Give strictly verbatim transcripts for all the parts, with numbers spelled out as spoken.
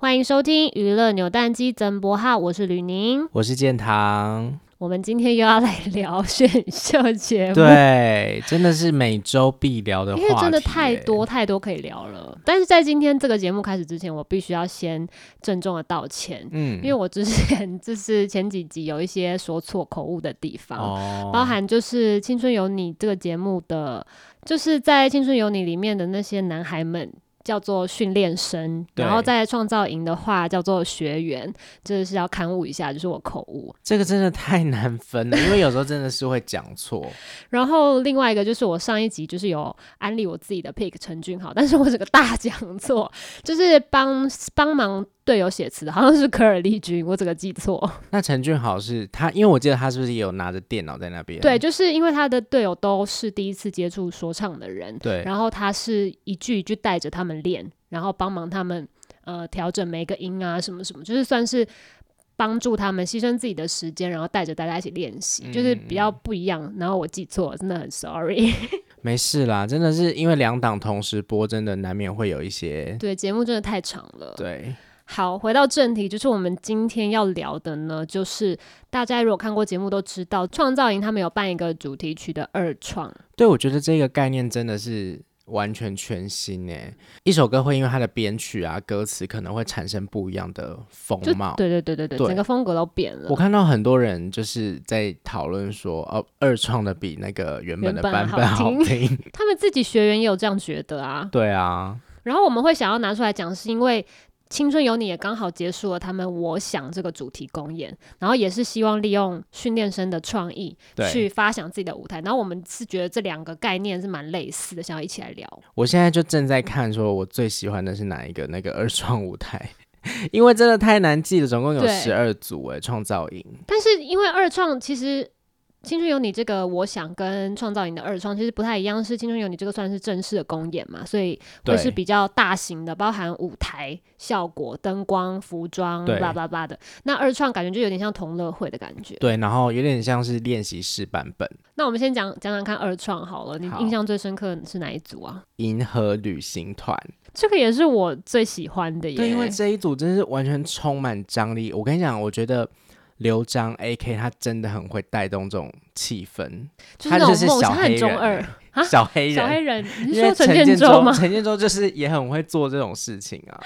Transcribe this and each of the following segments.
欢迎收听娱乐扭蛋机增播号，我是吕宁， 我是建堂。 我们今天又要来聊选秀节目， 对，真的是每周必聊的话题， 因为真的太多太多可以聊了。但是在今天这个节目开始之前，我必须要先郑重的道歉，嗯，因为我之前就是前几集有一些说错口误的地方，哦、包含就是《青春有你》这个节目的，就是在《青春有你》里面的那些男孩们。叫做训练生，然后在创造营的话叫做学员，这是要勘误一下，就是我口误。 这个真的太难分了，因为有时候真的是会讲错。 然后另外一个就是我上一集就是有安利我自己的 pick 陈俊豪，但是我这个大讲错，就是帮帮忙队友写词的，好像是科尔利君，我这个记错。 那陈俊豪是他，因为我记得他是不是也有拿着电脑在那边？ 对，就是因为他的队友都是第一次接触说唱的人， 对， 然后他是一句一句带着他们练，然后帮忙他们呃调整每个音啊什么什么，就是算是帮助他们牺牲自己的时间，然后带着大家一起练习，嗯、就是比较不一样。然后我记错了，真的很 sorry。 没事啦，真的是因为两档同时播，真的难免会有一些。 对，节目真的太长了。 对。 好，回到正题，就是我们今天要聊的呢，就是大家如果看过节目都知道，创造营他们有办一个主题曲的二创。 对，我觉得这个概念真的是完全全新耶。一首歌会因为它的编曲啊、歌词可能会产生不一样的风貌。 对对对对 对, 对，整个风格都变了。 我看到很多人就是在讨论说，哦，二创的比那个原本的版本好听。好听他们自己学员也有这样觉得啊。 对啊。 然后我们会想要拿出来讲，是因为青春有你也刚好结束了他们我想这个主题公演，然后也是希望利用训练生的创意去发想自己的舞台，然后我们是觉得这两个概念是蛮类似的，想要一起来聊。 我现在就正在看说我最喜欢的是哪一个那个二创舞台，因为真的太难记了，总共有十二组哎，创造营。 但是因为二创其实青春有你这个我想跟创造营的二创其实不太一样，是青春有你这个算是正式的公演嘛，所以会是比较大型的，包含舞台效果、灯光、服装巴拉巴拉的。那二创感觉就有点像同乐会的感觉。 对，然后有点像是练习室版本。 那我们先讲讲讲看二创好了，你印象最深刻是哪一组啊？ 银河旅行团。 这个也是我最喜欢的耶。 对，因为这一组真是完全充满张力。我跟你讲，我觉得刘璋 A K 他真的很会带动这种气氛， 就是那种梦想，他很中二， 小黑人， 小黑人，你是说陈建州吗？ 陈建州就是也很会做这种事情啊。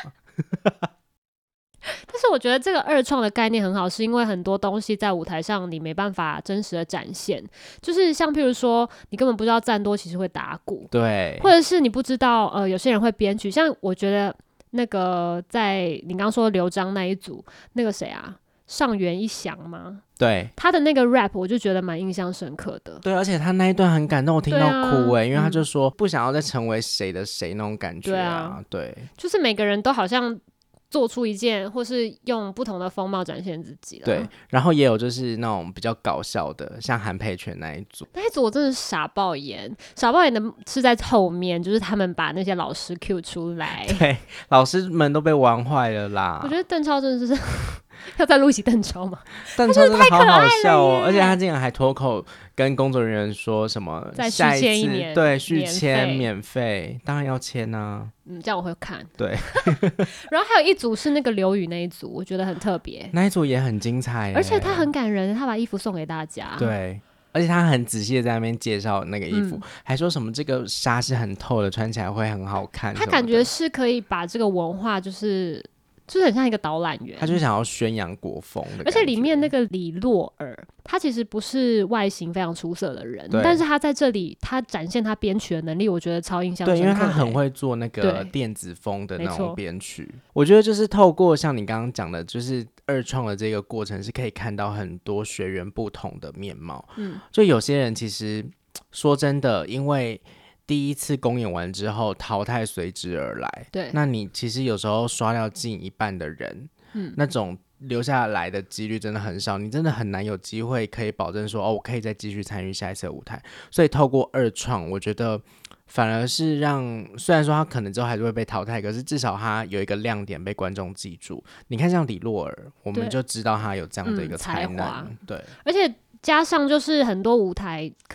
但是我觉得这个二创的概念很好，是因为很多东西在舞台上你没办法真实的展现，就是像譬如说你根本不知道赞多其实会打鼓， 对， 或者是你不知道呃有些人会编曲，像我觉得那个在你刚刚说刘璋那一组，那个谁啊？上元一翔吗？ 对， 他的那个 rap 我就觉得蛮印象深刻的。 对，而且他那一段很感动，我听到哭哎、欸啊，因为他就说不想要再成为谁的谁那种感觉啊。对，啊对，就是每个人都好像做出一件，或是用不同的风貌展现自己了。 对，然后也有就是那种比较搞笑的，像韩佩泉那一组， 那一组我真的是傻爆眼，傻爆眼的是在后面，就是他们把那些老师 Q 出来， 对，老师们都被玩坏了啦。 我觉得邓超真的是。要再录一集邓超吗？ 邓超真的好好笑哦，而且他竟然还脱口跟工作人员说什么再续签一年， 对，续签免费，当然要签啊。 嗯，这样我会看。 对， 然后还有一组是那个刘宇那一组，我觉得很特别， 那一组也很精彩， 而且他很感人，他把衣服送给大家。 对。而且他很仔细的在那边介绍那个衣服、嗯，还说什么这个纱是很透的，穿起来会很好看。 他感觉是可以把这个文化就是就是很像一个导览员， 他就想要宣扬国风的。 而且里面那个李洛尔，他其实不是外形非常出色的人，但是他在这里他展现他编曲的能力，我觉得超印象深刻。 对，因为他很会做那个电子风的那种编曲。我觉得就是透过像你刚刚讲的，就是二创的这个过程，是可以看到很多学员不同的面貌。嗯，就有些人其实说真的，因为第一次公演完之后淘汰随之而来， 对， 那你其实有时候刷掉近一半的人，嗯，那种留下来的几率真的很少，你真的很难有机会可以保证说，哦，我可以再继续参与下一次的舞台。所以透过二创，我觉得反而是让，虽然说他可能之后还是会被淘汰，可是至少他有一个亮点被观众记住。你看像李洛尔，我们就知道他有这样的一个才能， 嗯、才华， 对， 而且加上就是很多舞台可能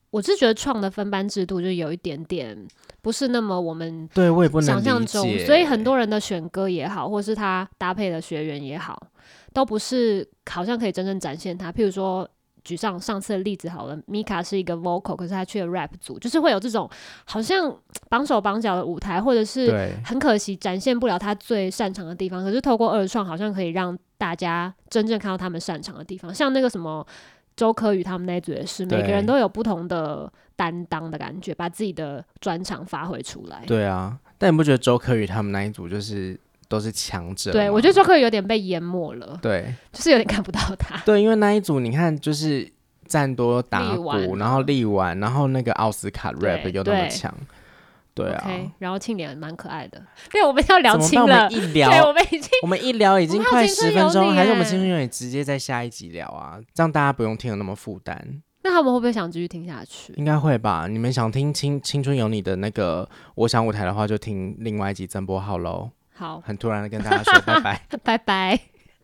我是觉得创的分班制度就有一点点不是那么我们对我也不能想象中， 理解， 所以很多人的选歌也好，或是他搭配的学员也好，都不是好像可以真正展现他。譬如说举上上次的例子好了，米卡是一个 vocal， 可是他去了 rap 组，就是会有这种好像绑手绑脚的舞台，或者是很可惜展现不了他最擅长的地方。可是透过二创，好像可以让大家真正看到他们擅长的地方，像那个什么。周柯宇他们那一组也是，每个人都有不同的担当的感觉，把自己的专长发挥出来。 对啊，但你不觉得周柯宇他们那一组就是都是强者吗？ 对，我觉得周柯宇有点被淹没了， 对， 就是有点看不到他。 对，因为那一组你看，就是赞多打鼓，然后力丸，然后那个奥斯卡 rap 又那么强。对啊， okay， 然后庆怜蛮可爱的。对，我们要聊青了， 我们一聊， 对，我们已经我们一聊已经快十分钟，还是我们青春有你直接在下一集聊啊？这样大家不用听得那么负担。 那他们会不会想继续听下去？ 应该会吧。你们想听青青春有你的那个我想舞台的话，就听另外一集曾波浩喽。 好， 很突然的跟大家说拜拜， 拜拜。